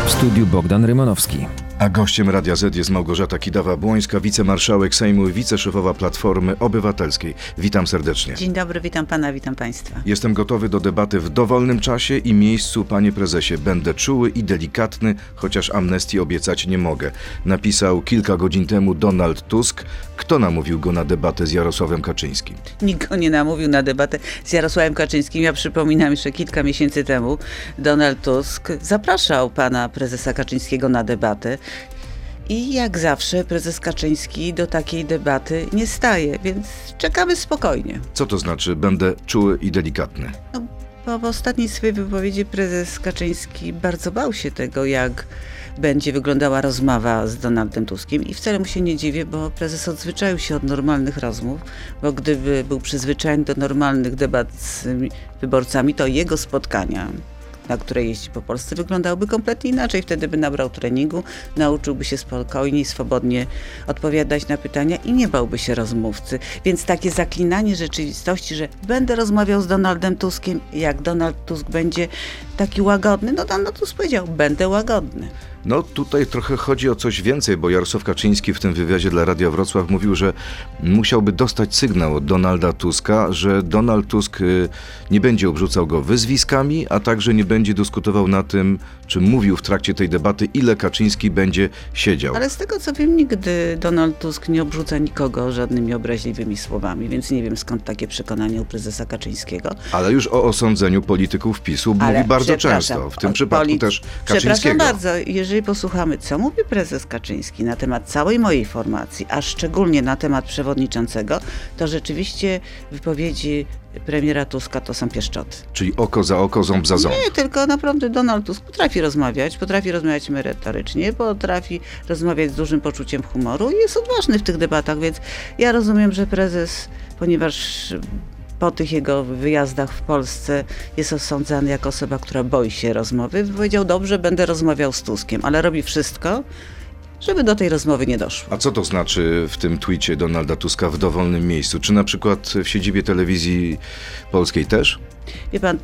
W studiu Bogdan Rymanowski. A gościem Radia Z jest Małgorzata Kidawa-Błońska, wicemarszałek Sejmu i wiceszefowa Platformy Obywatelskiej. Witam serdecznie. Dzień dobry, witam pana, witam państwa. Jestem gotowy do debaty w dowolnym czasie i miejscu, panie prezesie. Będę czuły i delikatny, chociaż amnestii obiecać nie mogę. Napisał kilka godzin temu Donald Tusk. Kto namówił go na debatę z Jarosławem Kaczyńskim? Nikt go nie namówił na debatę z Jarosławem Kaczyńskim. Ja przypominam, jeszcze kilka miesięcy temu Donald Tusk zapraszał pana prezesa Kaczyńskiego na debatę. I jak zawsze prezes Kaczyński do takiej debaty nie staje, więc czekamy spokojnie. Co to znaczy będę czuły i delikatny? Bo w ostatniej swojej wypowiedzi prezes Kaczyński bardzo bał się tego, jak będzie wyglądała rozmowa z Donaldem Tuskiem i wcale mu się nie dziwię, bo prezes odzwyczaił się od normalnych rozmów, bo gdyby był przyzwyczajony do normalnych debat z wyborcami, to jego spotkania, na które jeździ po Polsce, wyglądałoby kompletnie inaczej. Wtedy by nabrał treningu, nauczyłby się spokojnie i swobodnie odpowiadać na pytania i nie bałby się rozmówcy. Więc takie zaklinanie rzeczywistości, że będę rozmawiał z Donaldem Tuskiem, jak Donald Tusk będzie taki łagodny, no Donald Tusk powiedział, będę łagodny. No tutaj trochę chodzi o coś więcej, bo Jarosław Kaczyński w tym wywiadzie dla Radia Wrocław mówił, że musiałby dostać sygnał od Donalda Tuska, że Donald Tusk nie będzie obrzucał go wyzwiskami, a także nie będzie dyskutował na tym, czy mówił w trakcie tej debaty, ile Kaczyński będzie siedział. Ale z tego co wiem, nigdy Donald Tusk nie obrzuca nikogo żadnymi obraźliwymi słowami, więc nie wiem skąd takie przekonanie u prezesa Kaczyńskiego. Ale już o osądzeniu polityków PiS-u mówi bardzo często, w tym przypadku też Kaczyńskiego. Przepraszam bardzo, jeżeli posłuchamy, co mówi prezes Kaczyński na temat całej mojej formacji, a szczególnie na temat przewodniczącego, to rzeczywiście wypowiedzi premiera Tuska to są pieszczoty. Czyli oko za oko, ząb za ząb. Nie, tylko naprawdę Donald Tusk potrafi rozmawiać merytorycznie, potrafi rozmawiać z dużym poczuciem humoru i jest odważny w tych debatach, więc ja rozumiem, że prezes, ponieważ po tych jego wyjazdach w Polsce jest osądzany jako osoba, która boi się rozmowy, powiedział, dobrze, będę rozmawiał z Tuskiem, ale robi wszystko, żeby do tej rozmowy nie doszło. A co to znaczy w tym tweetie Donalda Tuska w dowolnym miejscu? Czy na przykład w siedzibie telewizji polskiej też? Wie pan,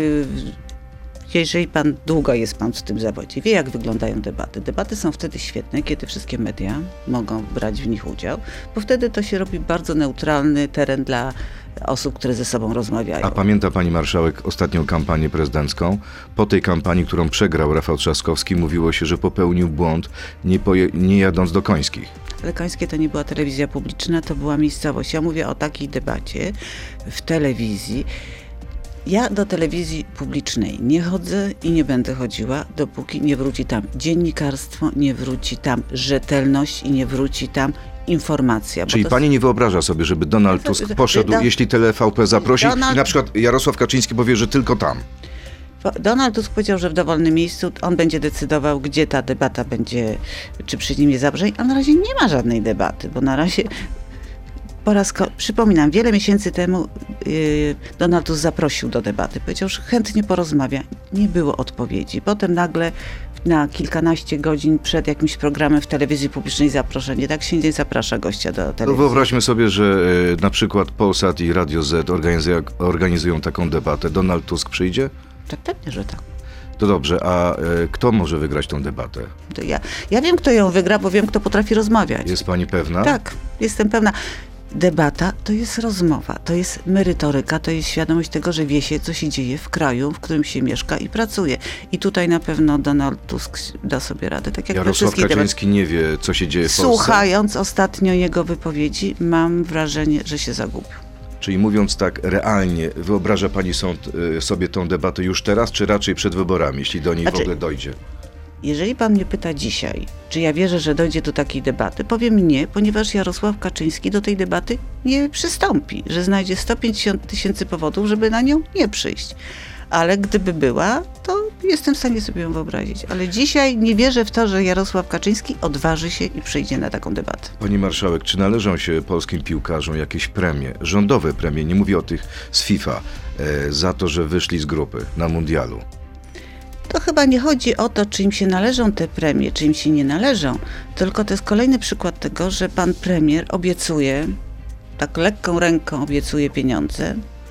jeżeli długo jest pan w tym zawodzie, wie jak wyglądają debaty. Debaty są wtedy świetne, kiedy wszystkie media mogą brać w nich udział, bo wtedy to się robi bardzo neutralny teren dla osób, które ze sobą rozmawiają. A pamięta pani marszałek ostatnią kampanię prezydencką? Po tej kampanii, którą przegrał Rafał Trzaskowski, mówiło się, że popełnił błąd, nie jadąc do Końskich. Ale Końskie to nie była telewizja publiczna, to była miejscowość. Ja mówię o takiej debacie w telewizji. Ja do telewizji publicznej nie chodzę i nie będę chodziła, dopóki nie wróci tam dziennikarstwo, nie wróci tam rzetelność i nie wróci tam informacja. Czyli pani nie wyobraża sobie, żeby Donald Tusk poszedł, jeśli TVP zaprosi i na przykład Jarosław Kaczyński powie, że tylko tam. Donald Tusk powiedział, że w dowolnym miejscu on będzie decydował, gdzie ta debata będzie, czy przy nim jest zabrzeń, a na razie nie ma żadnej debaty, bo na razie przypominam, wiele miesięcy temu Donald Tusk zaprosił do debaty. Powiedział, że chętnie porozmawia. Nie było odpowiedzi. Potem nagle na kilkanaście godzin przed jakimś programem w telewizji publicznej zaproszenie. Tak się nie zaprasza gościa do telewizji. No wyobraźmy sobie, że na przykład Polsat i Radio Z organizują taką debatę. Donald Tusk przyjdzie? Tak, pewnie, że tak. To dobrze, a kto może wygrać tą debatę? To ja wiem, kto ją wygra, bo wiem, kto potrafi rozmawiać. Jest pani pewna? Tak, jestem pewna. Debata to jest rozmowa, to jest merytoryka, to jest świadomość tego, że wie się, co się dzieje w kraju, w którym się mieszka i pracuje. I tutaj na pewno Donald Tusk da sobie radę. Tak jak Jarosław Kaczyński nie wie, co się dzieje w Polsce. Słuchając ostatnio jego wypowiedzi, mam wrażenie, że się zagubił. Czyli mówiąc tak realnie, wyobraża pani sobie tą debatę już teraz, czy raczej przed wyborami, jeśli do niej w ogóle dojdzie? Jeżeli pan mnie pyta dzisiaj, czy ja wierzę, że dojdzie do takiej debaty, powiem nie, ponieważ Jarosław Kaczyński do tej debaty nie przystąpi, że znajdzie 150 000 powodów, żeby na nią nie przyjść. Ale gdyby była, to jestem w stanie sobie ją wyobrazić. Ale dzisiaj nie wierzę w to, że Jarosław Kaczyński odważy się i przyjdzie na taką debatę. Pani marszałek, czy należą się polskim piłkarzom jakieś premie, rządowe premie, nie mówię o tych z FIFA, za to, że wyszli z grupy na mundialu? To chyba nie chodzi o to, czy im się należą te premie, czy im się nie należą, tylko to jest kolejny przykład tego, że pan premier obiecuje, tak lekką ręką obiecuje pieniądze,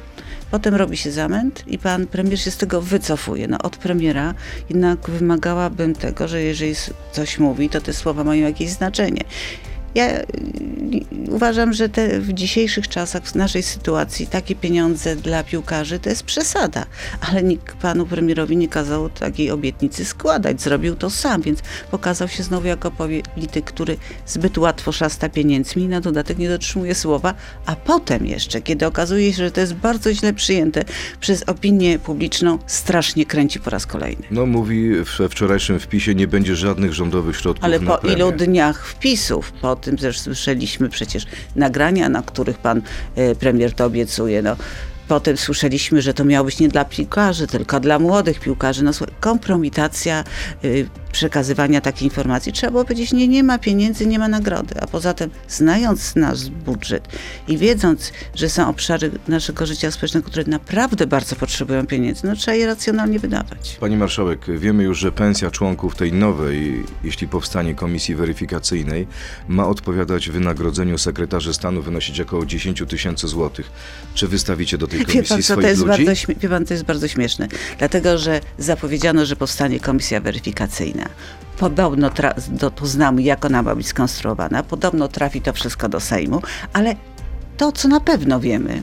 Potem robi się zamęt i pan premier się z tego wycofuje. No, od premiera jednak wymagałabym tego, że jeżeli coś mówi, to te słowa mają jakieś znaczenie. Ja uważam, że w dzisiejszych czasach, w naszej sytuacji, takie pieniądze dla piłkarzy to jest przesada. Ale nikt panu premierowi nie kazał takiej obietnicy składać. Zrobił to sam, więc pokazał się znowu jako polityk, który zbyt łatwo szasta pieniędzmi i na dodatek nie dotrzymuje słowa. A potem jeszcze, kiedy okazuje się, że to jest bardzo źle przyjęte przez opinię publiczną, strasznie kręci po raz kolejny. No mówi we wczorajszym wpisie, nie będzie żadnych rządowych środków ale na po premię. ilu dniach wpisów, po tym też słyszeliśmy przecież nagrania, na których pan premier to obiecuje. No. Potem słyszeliśmy, że to miało być nie dla piłkarzy, tylko dla młodych piłkarzy. No, kompromitacja przekazywania takiej informacji. Trzeba było powiedzieć, nie ma pieniędzy, nie ma nagrody. A poza tym, znając nasz budżet i wiedząc, że są obszary naszego życia społecznego, które naprawdę bardzo potrzebują pieniędzy, no trzeba je racjonalnie wydawać. Pani marszałek, wiemy już, że pensja członków tej nowej, jeśli powstanie komisji weryfikacyjnej, ma odpowiadać wynagrodzeniu sekretarzy stanu, wynosić około 10 000 złotych. Czy wystawicie do tej komisji swoich ludzi? Wie pan, to jest bardzo śmieszne. Dlatego, że zapowiedziano, że powstanie komisja weryfikacyjna. Podobno poznamy, jak ona ma być skonstruowana. Podobno trafi to wszystko do Sejmu, ale to, co na pewno wiemy,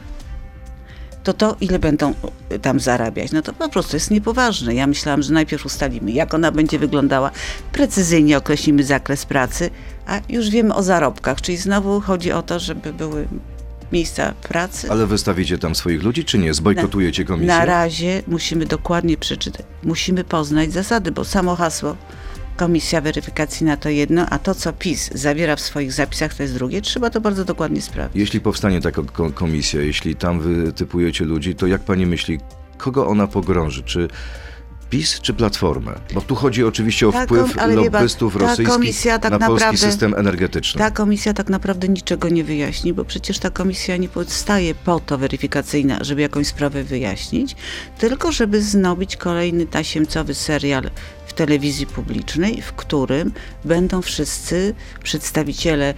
to ile będą tam zarabiać, no to po prostu jest niepoważne. Ja myślałam, że najpierw ustalimy, jak ona będzie wyglądała, precyzyjnie określimy zakres pracy, a już wiemy o zarobkach, czyli znowu chodzi o to, żeby były miejsca pracy. Ale wystawicie tam swoich ludzi, czy nie? Zbojkotujecie komisję? Na razie musimy dokładnie przeczytać. Musimy poznać zasady, bo samo hasło komisja weryfikacyjna to jedno, a to, co PiS zawiera w swoich zapisach, to jest drugie. Trzeba to bardzo dokładnie sprawdzić. Jeśli powstanie taka komisja, jeśli tam wytypujecie ludzi, to jak pani myśli, kogo ona pogrąży? Czy PiS czy Platformę? Bo tu chodzi oczywiście o wpływ lobbystów rosyjskich na polski system energetyczny. Ta komisja tak naprawdę niczego nie wyjaśni, bo przecież ta komisja nie powstaje po to weryfikacyjna, żeby jakąś sprawę wyjaśnić, tylko żeby znobić kolejny tasiemcowy serial w telewizji publicznej, w którym będą wszyscy przedstawiciele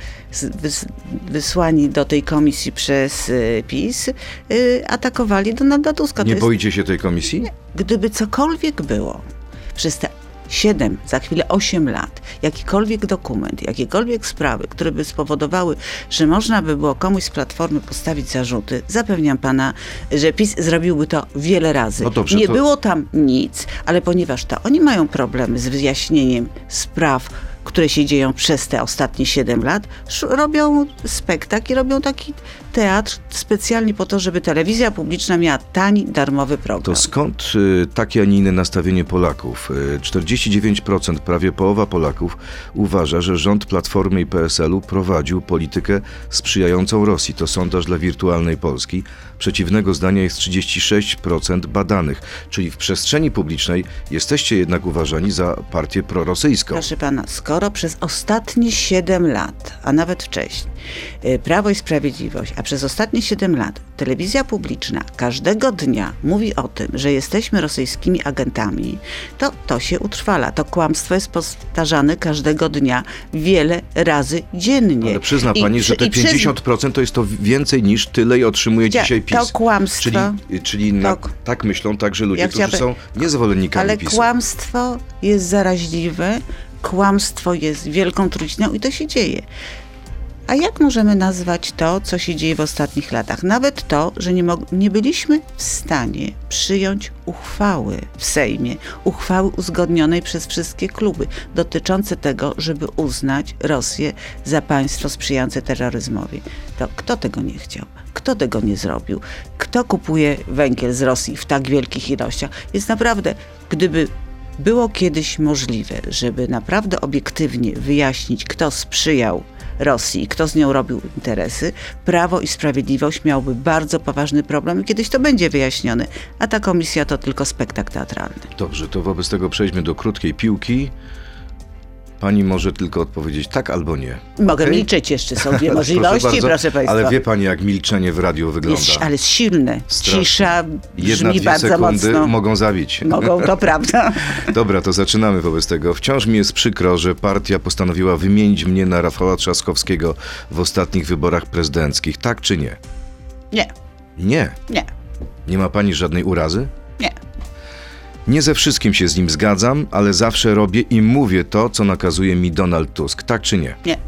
wysłani do tej komisji przez PiS atakowali Donalda Tuska. Nie boicie się tej komisji? Nie. Gdyby cokolwiek było przez te 7, za chwilę 8 lat, jakikolwiek dokument, jakiekolwiek sprawy, które by spowodowały, że można by było komuś z Platformy postawić zarzuty, zapewniam pana, że PiS zrobiłby to wiele razy. No dobrze, było tam nic, ale ponieważ to oni mają problemy z wyjaśnieniem spraw, które się dzieją przez te ostatnie 7 lat, robią spektakl i robią taki teatr specjalnie po to, żeby telewizja publiczna miała tani, darmowy program. To skąd takie, a nie inne nastawienie Polaków? 49%, prawie połowa Polaków uważa, że rząd Platformy i PSL-u prowadził politykę sprzyjającą Rosji. To sondaż dla Wirtualnej Polski. Przeciwnego zdania jest 36% badanych. Czyli w przestrzeni publicznej jesteście jednak uważani za partię prorosyjską. Proszę pana, skoro przez ostatnie 7 lat, a nawet wcześniej, Prawo i Sprawiedliwość, a przez ostatnie 7 lat telewizja publiczna każdego dnia mówi o tym, że jesteśmy rosyjskimi agentami, to się utrwala. To kłamstwo jest powtarzane każdego dnia wiele razy dziennie. Ale przyzna pani, że te 50% to jest to więcej niż tyle i otrzymuje dzisiaj PiS. To kłamstwo. Czyli tak myślą także ludzie, którzy są niezwolennikami PiS-u. Ale kłamstwo jest zaraźliwe, kłamstwo jest wielką truciźną i to się dzieje. A jak możemy nazwać to, co się dzieje w ostatnich latach? Nawet to, że nie byliśmy w stanie przyjąć uchwały w Sejmie, uchwały uzgodnionej przez wszystkie kluby, dotyczące tego, żeby uznać Rosję za państwo sprzyjające terroryzmowi. To kto tego nie chciał? Kto tego nie zrobił? Kto kupuje węgiel z Rosji w tak wielkich ilościach? Jest naprawdę, gdyby było kiedyś możliwe, żeby naprawdę obiektywnie wyjaśnić, kto sprzyjał Rosji i kto z nią robił interesy, Prawo i Sprawiedliwość miałby bardzo poważny problem i kiedyś to będzie wyjaśnione, a ta komisja to tylko spektakl teatralny. Dobrze, to wobec tego przejdźmy do krótkiej piłki. Pani może tylko odpowiedzieć tak albo nie. Mogę milczeć jeszcze, są dwie możliwości, proszę państwa. Ale wie pani, jak milczenie w radiu wygląda? Ale jest silne. Strasznie. Cisza brzmi 1-2 bardzo sekundy mocno. mogą zabić. Mogą, to prawda. Dobra, to zaczynamy wobec tego. Wciąż mi jest przykro, że partia postanowiła wymienić mnie na Rafała Trzaskowskiego w ostatnich wyborach prezydenckich. Tak czy nie? Nie. Nie. Nie. Nie ma pani żadnej urazy? Nie. Nie ze wszystkim się z nim zgadzam, ale zawsze robię i mówię to, co nakazuje mi Donald Tusk. Tak czy nie? Nie.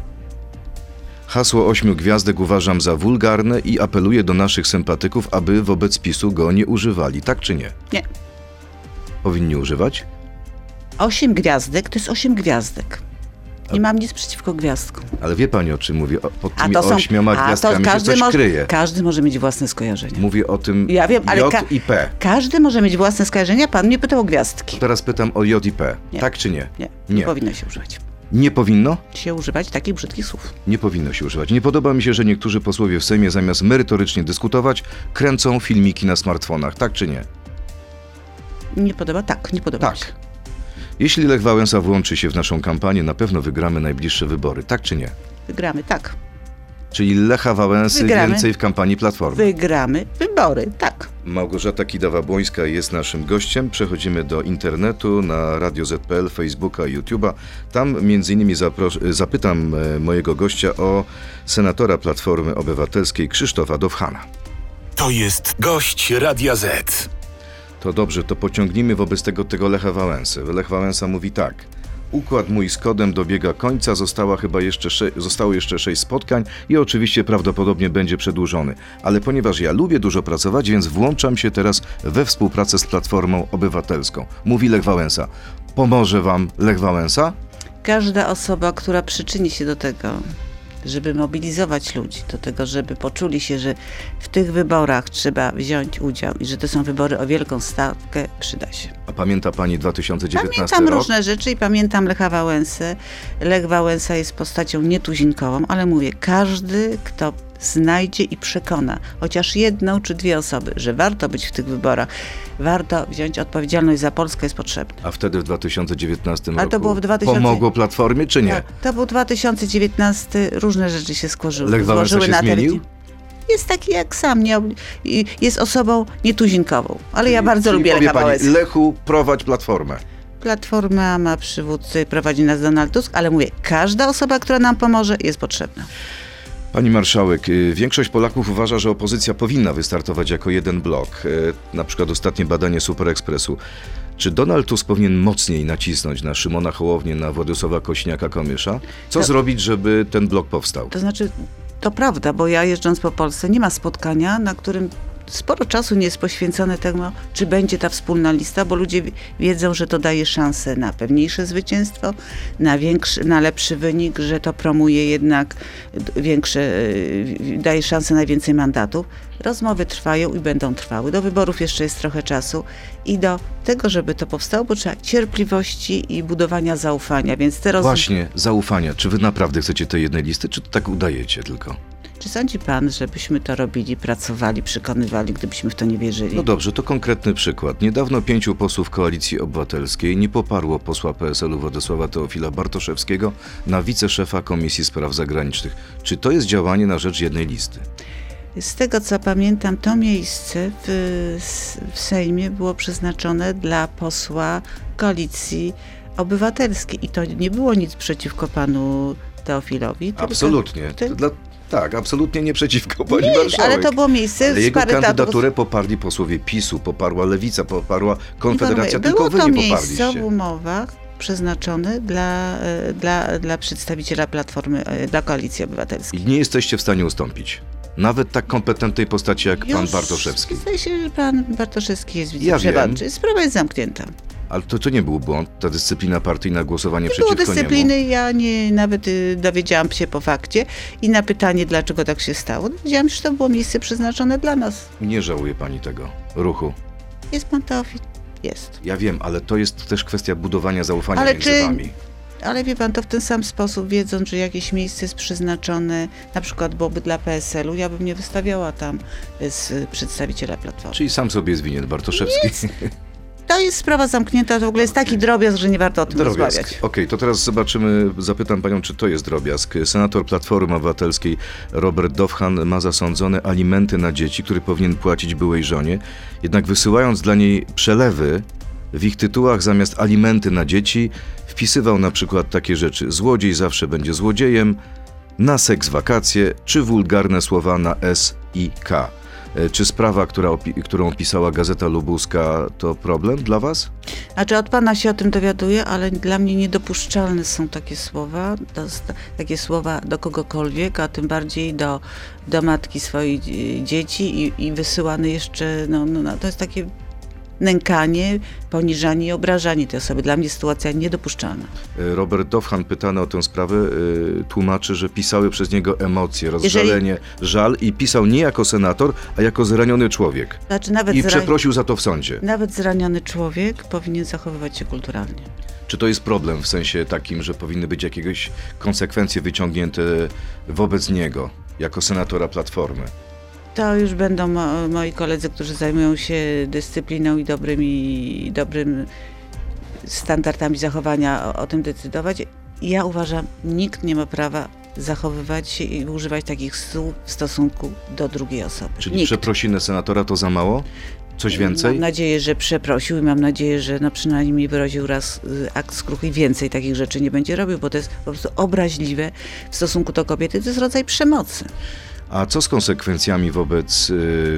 Hasło 8 gwiazdek uważam za wulgarne i apeluję do naszych sympatyków, aby wobec PiS-u go nie używali. Tak czy nie? Nie. Powinni używać? 8 gwiazdek to jest 8 gwiazdek. Nie mam nic przeciwko gwiazdkom. Ale wie pani, o czym mówię? Pod tymi 8 gwiazdkami się coś kryje. Każdy może mieć własne skojarzenia. Mówię o tym Ja wiem, ale J i P. Każdy może mieć własne skojarzenia. Pan mnie pytał o gwiazdki. Teraz pytam o J i P. Nie. Tak czy nie? Nie powinno się używać. Nie powinno? Się używać takich brzydkich słów. Nie powinno się używać. Nie podoba mi się, że niektórzy posłowie w Sejmie zamiast merytorycznie dyskutować, kręcą filmiki na smartfonach. Tak czy nie? Nie podoba? Tak, nie podoba mi się. Tak. Jeśli Lech Wałęsa włączy się w naszą kampanię, na pewno wygramy najbliższe wybory. Tak czy nie? Wygramy, tak. Czyli Lecha Wałęsy więcej w kampanii Platformy. Wygramy wybory, tak. Małgorzata Kidawa-Błońska jest naszym gościem. Przechodzimy do internetu, na Radio ZPL, Facebooka, YouTube'a. Tam między innymi zapytam mojego gościa o senatora Platformy Obywatelskiej Krzysztofa Dowhana. To jest gość Radia Z. To dobrze, to pociągnijmy wobec tego Lecha Wałęsy. Lech Wałęsa mówi tak. Układ mój z kodem dobiega końca, zostało jeszcze 6 spotkań i oczywiście prawdopodobnie będzie przedłużony. Ale ponieważ ja lubię dużo pracować, więc włączam się teraz we współpracę z Platformą Obywatelską. Mówi Lech Wałęsa. Pomoże wam Lech Wałęsa? Każda osoba, która przyczyni się do tego, żeby mobilizować ludzi, do tego, żeby poczuli się, że w tych wyborach trzeba wziąć udział i że to są wybory o wielką stawkę, przyda się. A pamięta pani 2019 Pamiętam rok? różne rzeczy i pamiętam Lecha Wałęsę. Lech Wałęsa jest postacią nietuzinkową, ale mówię, każdy, kto znajdzie i przekona chociaż jedną czy dwie osoby, że warto być w tych wyborach, warto wziąć odpowiedzialność za Polskę, jest potrzebne. A wtedy w 2019 A roku to było w 2000... pomogło Platformie, czy nie? Tak, to był 2019, różne rzeczy się Lech Wałęsa się zmienił? Jest taki jak sam, jest osobą nietuzinkową, ale ja bardzo Czyli lubię powie Lecha pani, Wałęsę. Lechu, prowadź Platformę. Platforma ma przywódcy, prowadzi nas Donald Tusk, ale mówię, każda osoba, która nam pomoże, jest potrzebna. Pani marszałek, większość Polaków uważa, że opozycja powinna wystartować jako jeden blok. Na przykład ostatnie badanie Super Expressu. Czy Donald Tusk powinien mocniej nacisnąć na Szymona Hołownię, na Władysława Kośniaka-Kamysza? Co zrobić, żeby ten blok powstał? To znaczy, to prawda, bo ja jeżdżąc po Polsce nie ma spotkania, na którym sporo czasu nie jest poświęcone temu, czy będzie ta wspólna lista, bo ludzie wiedzą, że to daje szansę na pewniejsze zwycięstwo, na lepszy wynik, że to promuje jednak daje szansę na więcej mandatów. Rozmowy trwają i będą trwały. Do wyborów jeszcze jest trochę czasu i do tego, żeby to powstało, potrzeba cierpliwości i budowania zaufania, więc teraz... Właśnie, zaufania. Czy wy naprawdę chcecie tej jednej listy, czy to tak udajecie tylko? Czy sądzi pan, żebyśmy to robili, pracowali, przekonywali, gdybyśmy w to nie wierzyli? No dobrze, to konkretny przykład. Niedawno 5 posłów Koalicji Obywatelskiej nie poparło posła PSL-u Władysława Teofila Bartoszewskiego na wiceszefa Komisji Spraw Zagranicznych. Czy to jest działanie na rzecz jednej listy? Z tego, co pamiętam, to miejsce w Sejmie było przeznaczone dla posła Koalicji Obywatelskiej i to nie było nic przeciwko panu Teofilowi. Absolutnie. Tak, absolutnie nie przeciwko pani marszałek. Ale to było miejsce ale z jego parytatów. kandydaturę poparli posłowie PiS-u, poparła Lewica, poparła Konfederacja, tylko wy nie poparliście. Było to miejsce w umowach przeznaczone dla przedstawiciela Platformy, dla Koalicji Obywatelskiej. I nie jesteście w stanie ustąpić. Nawet tak kompetentnej postaci jak pan Bartoszewski. Zdaje się, że pan Bartoszewski jest wiceprzewodniczący. Sprawa jest zamknięta. Ale to nie był błąd, ta dyscyplina partyjna, głosowanie przeciwko niemu. Nie było dyscypliny, niemu. ja nawet dowiedziałam się po fakcie i na pytanie, dlaczego tak się stało, dowiedziałam się, że to było miejsce przeznaczone dla nas. Nie żałuje pani tego ruchu. Jest pan Teofil? Jest. Ja wiem, ale to jest też kwestia budowania zaufania między wami. Ale wie pan, to w ten sam sposób, wiedząc, że jakieś miejsce jest przeznaczone, na przykład byłoby dla PSL-u, ja bym nie wystawiała tam z przedstawiciela Platformy. Czyli sam sobie jest winien Bartoszewski. To jest sprawa zamknięta, to w ogóle jest taki drobiazg, że nie warto o tym rozmawiać. Okej, to teraz zapytam panią, czy to jest drobiazg. Senator Platformy Obywatelskiej Robert Dowhan ma zasądzone alimenty na dzieci, które powinien płacić byłej żonie, jednak wysyłając dla niej przelewy, w ich tytułach zamiast alimenty na dzieci wpisywał na przykład takie rzeczy: złodziej zawsze będzie złodziejem, na seks wakacje, czy wulgarne słowa na S i K. Czy sprawa, którą opisała Gazeta Lubuska, to problem dla was? Znaczy od pana się o tym dowiaduję, ale dla mnie niedopuszczalne są takie słowa do kogokolwiek, a tym bardziej do matki swoich dzieci i wysyłane jeszcze, to jest takie nękanie, poniżanie i obrażanie tej osoby. Dla mnie sytuacja niedopuszczalna. Robert Dowhan, pytany o tę sprawę, tłumaczy, że pisały przez niego emocje, rozżalenie, żal i pisał nie jako senator, a jako zraniony człowiek. Znaczy przeprosił za to w sądzie. Nawet zraniony człowiek powinien zachowywać się kulturalnie. Czy to jest problem w sensie takim, że powinny być jakieś konsekwencje wyciągnięte wobec niego, jako senatora Platformy? To już będą moi koledzy, którzy zajmują się dyscypliną i dobrym standardami zachowania o tym decydować. Ja uważam, nikt nie ma prawa zachowywać się i używać takich słów w stosunku do drugiej osoby. Czyli przeprosiny senatora to za mało? Coś więcej? Mam nadzieję, że przeprosił i mam nadzieję, że przynajmniej wyraził raz akt skruchy i więcej takich rzeczy nie będzie robił, bo to jest po prostu obraźliwe w stosunku do kobiety. To jest rodzaj przemocy. A co z konsekwencjami wobec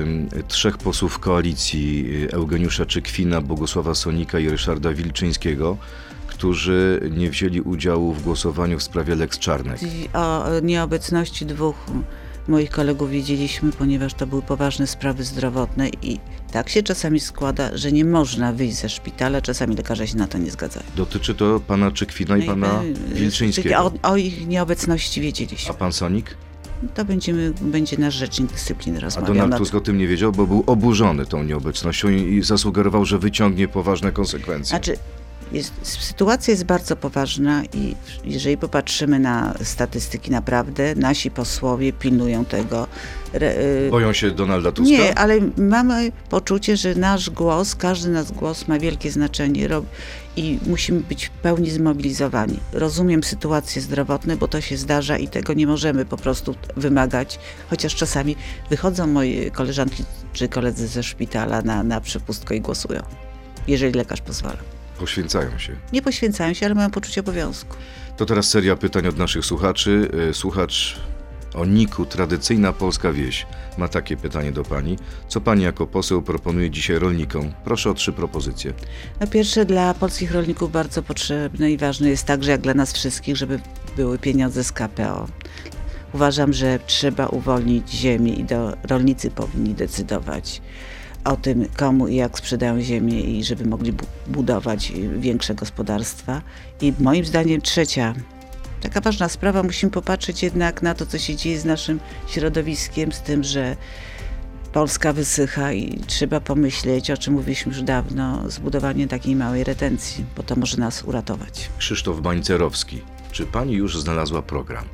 3 posłów koalicji, Eugeniusza Czykwina, Bogusława Sonika i Ryszarda Wilczyńskiego, którzy nie wzięli udziału w głosowaniu w sprawie Lex Czarnek? O nieobecności 2 moich kolegów wiedzieliśmy, ponieważ to były poważne sprawy zdrowotne i tak się czasami składa, że nie można wyjść ze szpitala, czasami lekarze się na to nie zgadzają. Dotyczy to pana Czykwina i pana Wilczyńskiego. O ich nieobecności wiedzieliśmy. A pan Sonik? To będzie nasz rzecznik dyscypliny rozmawiał. A Donald Tusk o tym nie wiedział, bo był oburzony tą nieobecnością i zasugerował, że wyciągnie poważne konsekwencje. Znaczy, sytuacja jest bardzo poważna i jeżeli popatrzymy na statystyki, naprawdę nasi posłowie pilnują tego. Boją się Donalda Tuska? Nie, ale mamy poczucie, że nasz głos, każdy nasz głos ma wielkie znaczenie i musimy być w pełni zmobilizowani. Rozumiem sytuacje zdrowotne, bo to się zdarza i tego nie możemy po prostu wymagać, chociaż czasami wychodzą moje koleżanki czy koledzy ze szpitala na przepustkę i głosują, jeżeli lekarz pozwala. Poświęcają się. Nie poświęcają się, ale mają poczucie obowiązku. To teraz seria pytań od naszych słuchaczy. Słuchacz o niku Tradycyjna Polska Wieś ma takie pytanie do pani. Co pani jako poseł proponuje dzisiaj rolnikom? Proszę o 3 propozycje. Po pierwsze, dla polskich rolników bardzo potrzebne i ważne jest także, jak dla nas wszystkich, żeby były pieniądze z KPO. Uważam, że trzeba uwolnić ziemię i rolnicy powinni decydować o tym, komu i jak sprzedają ziemię i żeby mogli budować większe gospodarstwa. I moim zdaniem 3. taka ważna sprawa, musimy popatrzeć jednak na to, co się dzieje z naszym środowiskiem, z tym, że Polska wysycha i trzeba pomyśleć, o czym mówiliśmy już dawno, zbudowanie takiej małej retencji, bo to może nas uratować. Krzysztof Bańcerowski. Czy pani już znalazła program?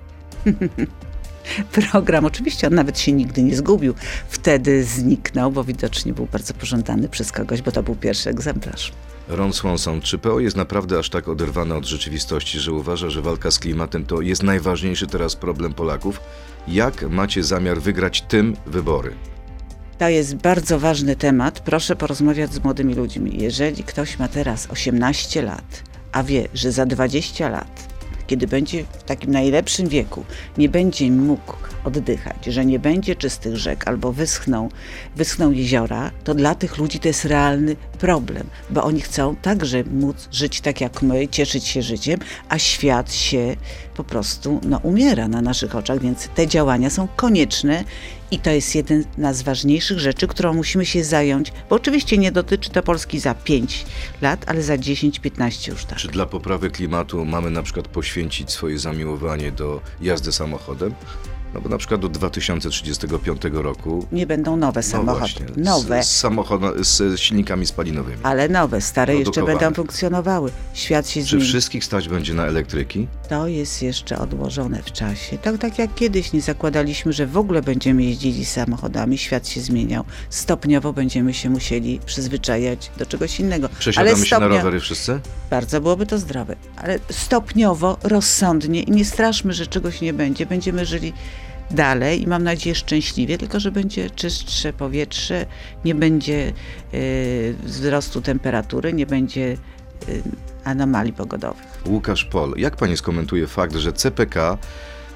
Program, oczywiście on nawet się nigdy nie zgubił. Wtedy zniknął, bo widocznie był bardzo pożądany przez kogoś, bo to był pierwszy egzemplarz. Ron Swanson, czy PO jest naprawdę aż tak oderwane od rzeczywistości, że uważa, że walka z klimatem to jest najważniejszy teraz problem Polaków? Jak macie zamiar wygrać tym wybory? To jest bardzo ważny temat. Proszę porozmawiać z młodymi ludźmi. Jeżeli ktoś ma teraz 18 lat, a wie, że za 20 lat, kiedy będzie w takim najlepszym wieku, nie będzie mógł oddychać, że nie będzie czystych rzek albo wyschną jeziora, to dla tych ludzi to jest realny problem, bo oni chcą także móc żyć tak jak my, cieszyć się życiem, a świat się po prostu umiera na naszych oczach, więc te działania są konieczne i to jest jedna z ważniejszych rzeczy, którą musimy się zająć, bo oczywiście nie dotyczy to Polski za 5 lat, ale za 10-15 już tak. Czy dla poprawy klimatu mamy na przykład poświęcić swoje zamiłowanie do jazdy samochodem? No bo na przykład do 2035 roku... Nie będą nowe samochody. Nowe. Z silnikami spalinowymi. Ale nowe, stare jeszcze będą funkcjonowały. Świat się zmieni. Czy wszystkich stać będzie na elektryki? To jest jeszcze odłożone w czasie. Tak jak kiedyś nie zakładaliśmy, że w ogóle będziemy jeździli samochodami. Świat się zmieniał. Stopniowo będziemy się musieli przyzwyczajać do czegoś innego. Przesiadamy się na rowery wszyscy? Bardzo byłoby to zdrowe. Ale stopniowo, rozsądnie i nie straszmy, że czegoś nie będzie. Będziemy żyli dalej i mam nadzieję szczęśliwie, tylko że będzie czystsze powietrze, nie będzie wzrostu temperatury, nie będzie anomalii pogodowych. Łukasz Pol, jak pani skomentuje fakt, że CPK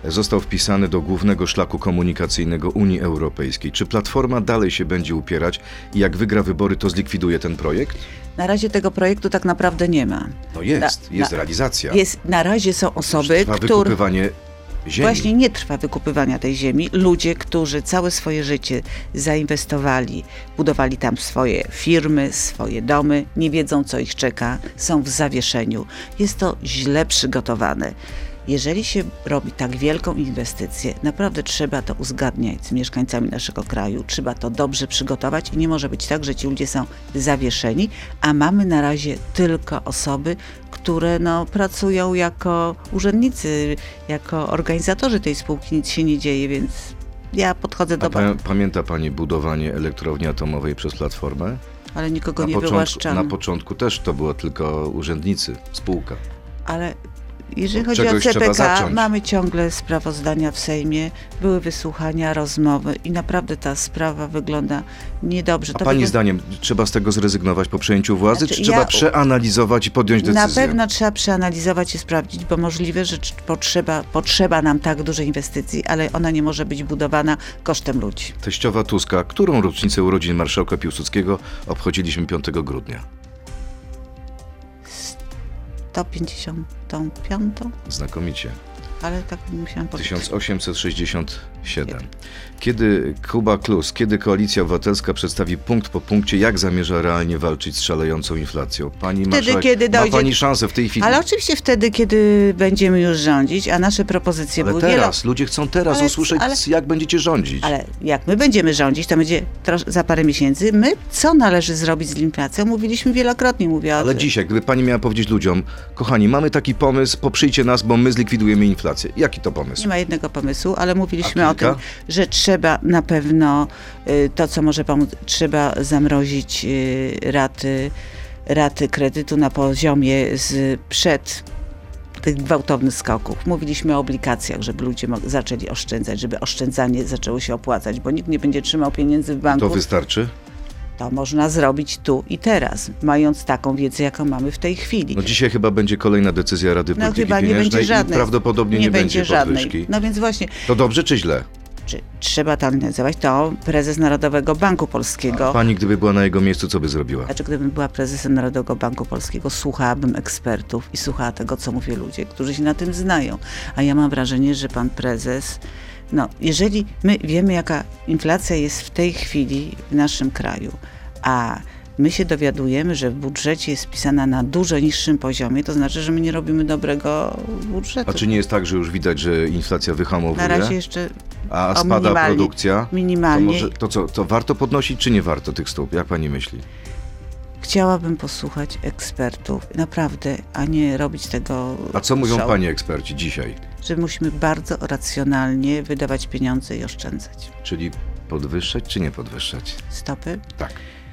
został wpisany do głównego szlaku komunikacyjnego Unii Europejskiej. Czy Platforma dalej się będzie upierać i jak wygra wybory, to zlikwiduje ten projekt? Na razie tego projektu tak naprawdę nie ma. No jest realizacja. Na razie są osoby, Trwa wykupywanie ziemi. Właśnie nie trwa wykupywania tej ziemi. Ludzie, którzy całe swoje życie zainwestowali, budowali tam swoje firmy, swoje domy, nie wiedzą, co ich czeka, są w zawieszeniu. Jest to źle przygotowane. Jeżeli się robi tak wielką inwestycję, naprawdę trzeba to uzgadniać z mieszkańcami naszego kraju, trzeba to dobrze przygotować i nie może być tak, że ci ludzie są zawieszeni, a mamy na razie tylko osoby, które pracują jako urzędnicy, jako organizatorzy tej spółki, nic się nie dzieje, więc ja podchodzę do... Pamięta Pani budowanie elektrowni atomowej przez Platformę? Ale nikogo nie wywłaszczam. Na początku też to było tylko urzędnicy, spółka. Ale jeżeli chodzi o CPK, mamy ciągle sprawozdania w Sejmie, były wysłuchania, rozmowy i naprawdę ta sprawa wygląda niedobrze. A Pani zdaniem trzeba z tego zrezygnować po przejęciu władzy, czy trzeba przeanalizować i podjąć decyzję? Na pewno trzeba przeanalizować i sprawdzić, bo możliwe, że potrzeba nam tak dużej inwestycji, ale ona nie może być budowana kosztem ludzi. Teściowa Tuska, którą rocznicę urodzin marszałka Piłsudskiego obchodziliśmy 5 grudnia? 155. Znakomicie. Ale tak musiałam powiedzieć. 1867. Kiedy Kuba Klus, kiedy Koalicja Obywatelska przedstawi punkt po punkcie, jak zamierza realnie walczyć z szalejącą inflacją? Pani marszałek, ma Pani szansę w tej chwili. Ale oczywiście wtedy, kiedy będziemy już rządzić, a nasze propozycje były teraz, ludzie chcą teraz usłyszeć, jak będziecie rządzić. Ale jak my będziemy rządzić, to będzie za parę miesięcy. My, co należy zrobić z inflacją, mówiliśmy wielokrotnie. Ale dzisiaj, gdyby Pani miała powiedzieć ludziom, kochani, mamy taki pomysł, poprzyjcie nas, bo my zlikwidujemy inflację. Jaki to pomysł? Nie ma jednego pomysłu, ale mówiliśmy o tym, że trzeba na pewno to, co może pomóc, trzeba zamrozić raty kredytu na poziomie sprzed tych gwałtownych skoków. Mówiliśmy o obligacjach, żeby ludzie zaczęli oszczędzać, żeby oszczędzanie zaczęło się opłacać, bo nikt nie będzie trzymał pieniędzy w banku. To wystarczy? To można zrobić tu i teraz, mając taką wiedzę, jaką mamy w tej chwili. No dzisiaj chyba będzie kolejna decyzja Rady Polityki Pieniężnej i prawdopodobnie nie będzie podwyżki. No więc właśnie. To dobrze czy źle? Trzeba to nazywać, to prezes Narodowego Banku Polskiego. A Pani, gdyby była na jego miejscu, co by zrobiła? Znaczy, gdybym była prezesem Narodowego Banku Polskiego, słuchałabym ekspertów i słuchała tego, co mówią ludzie, którzy się na tym znają. A ja mam wrażenie, że pan prezes... jeżeli my wiemy, jaka inflacja jest w tej chwili w naszym kraju, a my się dowiadujemy, że w budżecie jest pisana na dużo niższym poziomie, to znaczy, że my nie robimy dobrego budżetu. A czy nie jest tak, że już widać, że inflacja wyhamowuje? Na razie jeszcze a spada produkcja? Minimalnie. To warto podnosić, czy nie warto tych stóp? Jak Pani myśli? Chciałabym posłuchać ekspertów, naprawdę, a nie robić tego. A co mówią Pani eksperci dzisiaj? Że musimy bardzo racjonalnie wydawać pieniądze i oszczędzać. Czyli podwyższać, czy nie podwyższać? Stopy? Tak.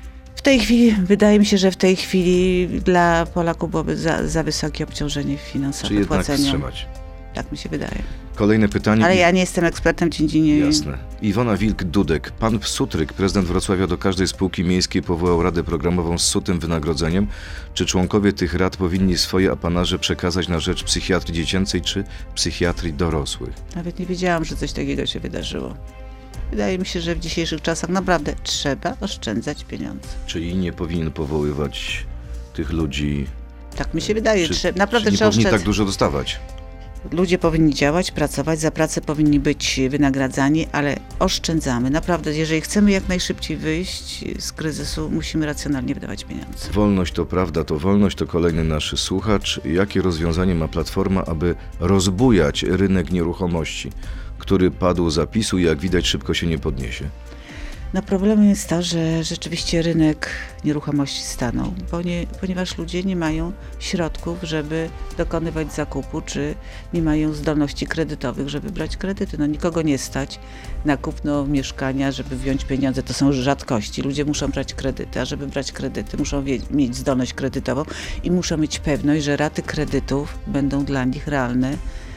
W tej chwili, wydaje mi się, że w tej chwili dla Polaków byłoby za wysokie obciążenie finansowe. Czy jednak wstrzymać? Tak mi się wydaje. Kolejne pytanie. Ale ja nie jestem ekspertem w dziedzinie... Jasne. Iwona Wilk-Dudek. Pan Sutryk, prezydent Wrocławia, do każdej spółki miejskiej powołał radę programową z sutym wynagrodzeniem. Czy członkowie tych rad powinni swoje apanaże przekazać na rzecz psychiatrii dziecięcej czy psychiatrii dorosłych? Nawet nie wiedziałam, że coś takiego się wydarzyło. Wydaje mi się, że w dzisiejszych czasach naprawdę trzeba oszczędzać pieniądze. Czyli nie powinien powoływać tych ludzi... Tak mi się wydaje. Naprawdę nie trzeba powinni tak dużo dostawać. Ludzie powinni działać, pracować, za pracę powinni być wynagradzani, ale oszczędzamy. Naprawdę, jeżeli chcemy jak najszybciej wyjść z kryzysu, musimy racjonalnie wydawać pieniądze. Wolność to prawda, to wolność, to kolejny nasz słuchacz. Jakie rozwiązanie ma Platforma, aby rozbujać rynek nieruchomości, który padł z zapisu i jak widać szybko się nie podniesie? Problemem jest to, że rzeczywiście rynek nieruchomości stanął, ponieważ ludzie nie mają środków, żeby dokonywać zakupu, czy nie mają zdolności kredytowych, żeby brać kredyty. Nikogo nie stać na kupno mieszkania, żeby wziąć pieniądze. To są rzadkości. Ludzie muszą brać kredyty, a żeby brać kredyty, muszą mieć zdolność kredytową i muszą mieć pewność, że raty kredytów będą dla nich realne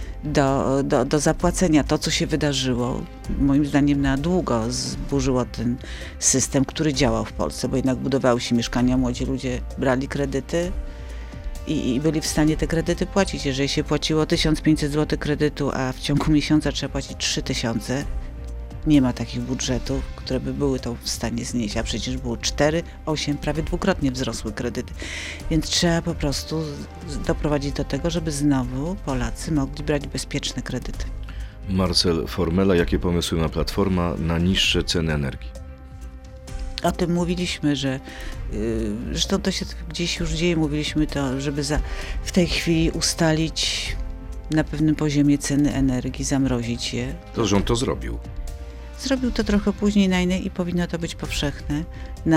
do zapłacenia. To, co się wydarzyło, moim zdaniem na długo zburzyło ten system, który działał w Polsce, bo jednak budowały się mieszkania, młodzi ludzie brali kredyty i byli w stanie te kredyty płacić. Jeżeli się płaciło 1500 zł kredytu, a w ciągu miesiąca trzeba płacić 3000, nie ma takich budżetów, które by były to w stanie znieść, a przecież było 4, 8, prawie dwukrotnie wzrosły kredyty. Więc trzeba po prostu doprowadzić do tego, żeby znowu Polacy mogli brać bezpieczne kredyty. Marcel Formela, jakie pomysły ma Platforma na niższe ceny energii? O tym mówiliśmy, że zresztą to się gdzieś już dzieje, mówiliśmy to, żeby w tej chwili ustalić na pewnym poziomie ceny energii, zamrozić je. To rząd to zrobił. Zrobił to trochę później na innej i powinno to być powszechne.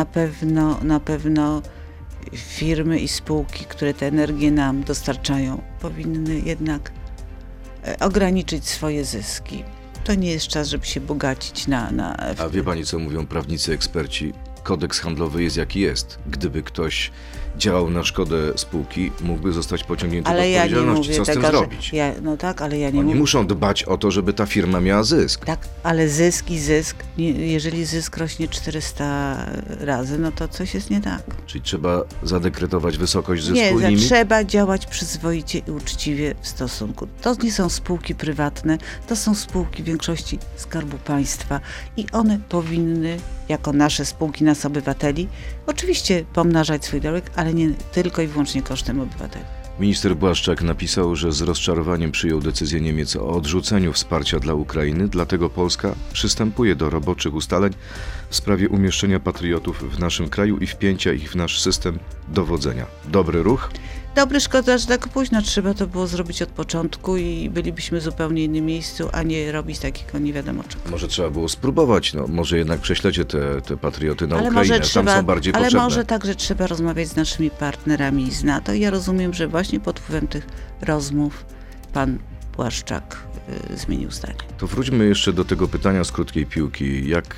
Na pewno firmy i spółki, które tę energię nam dostarczają, powinny jednak ograniczyć swoje zyski. To nie jest czas, żeby się bogacić na... A wie pani, co mówią prawnicy, eksperci? Kodeks handlowy jest jaki jest. Gdyby ktoś działał na szkodę spółki, mógłby zostać pociągnięty do odpowiedzialności. Co z tym zrobić? No tak, ale ja nie Oni mówię. muszą dbać o to, żeby ta firma miała zysk. Tak, ale zysk, jeżeli zysk rośnie 400 razy, no to coś jest nie tak. Czyli trzeba zadekretować wysokość zysku Nie, i limit? trzeba działać przyzwoicie i uczciwie w stosunku. To nie są spółki prywatne, to są spółki w większości Skarbu Państwa i one powinny, jako nasze spółki, nas obywateli, oczywiście pomnażać swój dorobek, ale nie tylko i wyłącznie kosztem obywateli. Minister Błaszczak napisał, że z rozczarowaniem przyjął decyzję Niemiec o odrzuceniu wsparcia dla Ukrainy, dlatego Polska przystępuje do roboczych ustaleń w sprawie umieszczenia patriotów w naszym kraju i wpięcia ich w nasz system dowodzenia. Dobry ruch? Dobry, szkoda, że tak późno. Trzeba to było zrobić od początku i bylibyśmy w zupełnie innym miejscu, a nie robić takiego nie wiadomo czego. Może trzeba było spróbować, może jednak prześlecie te patrioty na ale Ukrainę, tam są bardziej potrzebne. Ale może także trzeba rozmawiać z naszymi partnerami z NATO i ja rozumiem, że właśnie pod wpływem tych rozmów pan Błaszczak zmienił zdanie. To wróćmy jeszcze do tego pytania z krótkiej piłki. Jak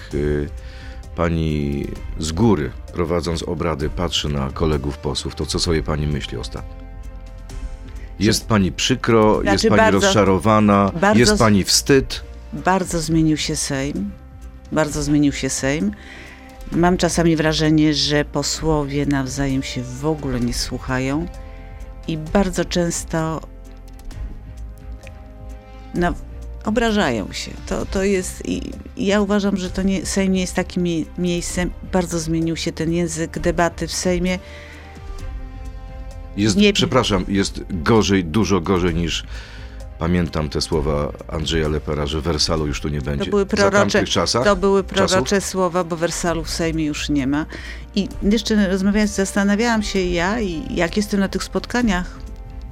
pani z góry, prowadząc obrady, patrzy na kolegów posłów, to co sobie pani myśli ostatnio? Jest pani przykro, jest pani rozczarowana, jest pani wstyd? Bardzo zmienił się Sejm. Bardzo zmienił się Sejm. Mam czasami wrażenie, że posłowie nawzajem się w ogóle nie słuchają i bardzo często obrażają się. To jest i ja uważam, że Sejm nie jest takim miejscem. Bardzo zmienił się ten język debaty w Sejmie. Jest gorzej, dużo gorzej niż pamiętam te słowa Andrzeja Lepera, że Wersalu już tu nie będzie. To były prorocze słowa, bo Wersalu w Sejmie już nie ma. I jeszcze rozmawiając, zastanawiałam się i jak jestem na tych spotkaniach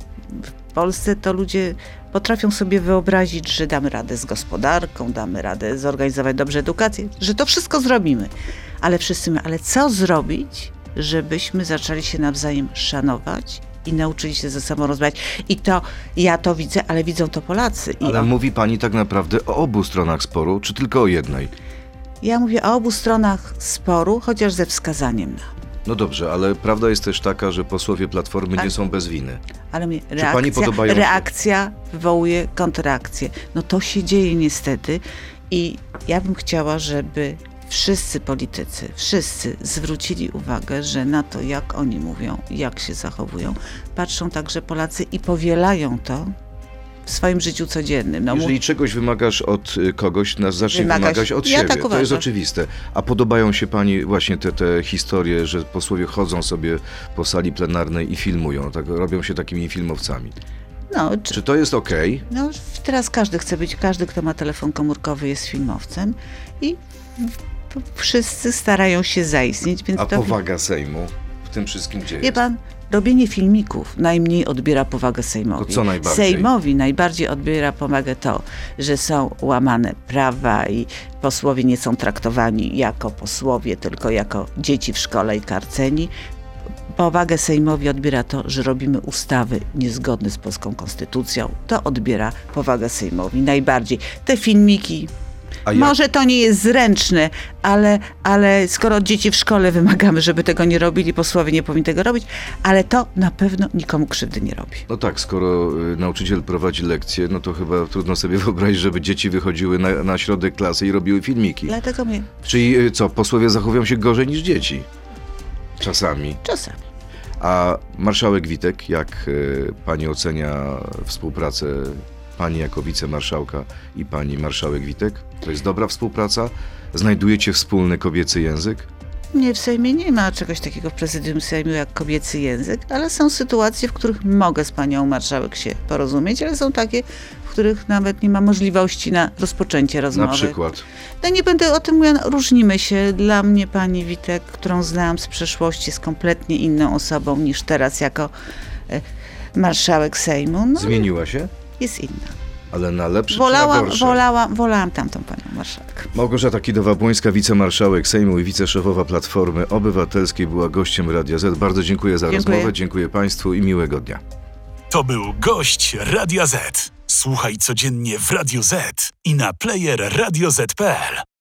w Polsce, to ludzie potrafią sobie wyobrazić, że damy radę z gospodarką, damy radę zorganizować dobrze edukację, że to wszystko zrobimy. Ale wszyscy mówią, ale co zrobić, żebyśmy zaczęli się nawzajem szanować i nauczyli się ze sobą rozmawiać. I to ja to widzę, ale widzą to Polacy. Ale mówi pani tak naprawdę o obu stronach sporu, czy tylko o jednej? Ja mówię o obu stronach sporu, chociaż ze wskazaniem na. No dobrze, ale prawda jest też taka, że posłowie Platformy nie są bez winy. Ale mnie reakcja wywołuje kontrreakcję. No to się dzieje niestety i ja bym chciała, żeby wszyscy politycy, zwrócili uwagę, że na to, jak oni mówią, jak się zachowują, patrzą także Polacy i powielają to w swoim życiu codziennym. Jeżeli czegoś wymagasz od kogoś, zacznij wymagać od siebie. Tak to jest oczywiste. A podobają się pani właśnie te historie, że posłowie chodzą sobie po sali plenarnej i filmują, tak, robią się takimi filmowcami? Czy to jest okej? No, teraz każdy, kto ma telefon komórkowy, jest filmowcem i wszyscy starają się zaistnieć. Więc powaga Sejmu w tym wszystkim gdzie jest? Wie pan, robienie filmików najmniej odbiera powagę Sejmowi. To co najbardziej? Sejmowi najbardziej odbiera powagę to, że są łamane prawa i posłowie nie są traktowani jako posłowie, tylko jako dzieci w szkole i karceni. Powagę Sejmowi odbiera to, że robimy ustawy niezgodne z polską konstytucją. To odbiera powagę Sejmowi najbardziej. Te filmiki... Może to nie jest zręczne, ale skoro od dzieci w szkole wymagamy, żeby tego nie robili, posłowie nie powinni tego robić, ale to na pewno nikomu krzywdy nie robi. No tak, skoro nauczyciel prowadzi lekcje, no to chyba trudno sobie wyobrazić, żeby dzieci wychodziły na środek klasy i robiły filmiki. Czyli co, posłowie zachowują się gorzej niż dzieci? Czasami. A marszałek Witek, jak pani ocenia współpracę pani jako wicemarszałka i pani marszałek Witek? To jest dobra współpraca? Znajdujecie wspólny kobiecy język? Nie, w Sejmie nie ma czegoś takiego w prezydium Sejmu jak kobiecy język, ale są sytuacje, w których mogę z panią marszałek się porozumieć, ale są takie, w których nawet nie ma możliwości na rozpoczęcie rozmowy. Na przykład? No nie będę o tym mówiła, różnimy się. Dla mnie pani Witek, którą znałam z przeszłości, jest kompletnie inną osobą niż teraz jako marszałek Sejmu. No, Zmieniła się? jest inna. Ale na lepsze czy na gorsze? Wolałam tamtą panią marszałek. Małgorzata Kidawa-Błońska, wicemarszałek Sejmu i wiceszefowa Platformy Obywatelskiej, była gościem Radia Z. Bardzo dziękuję za rozmowę, dziękuję państwu i miłego dnia. To był gość Radia Z. Słuchaj codziennie w Radio Z i na player radioz.pl.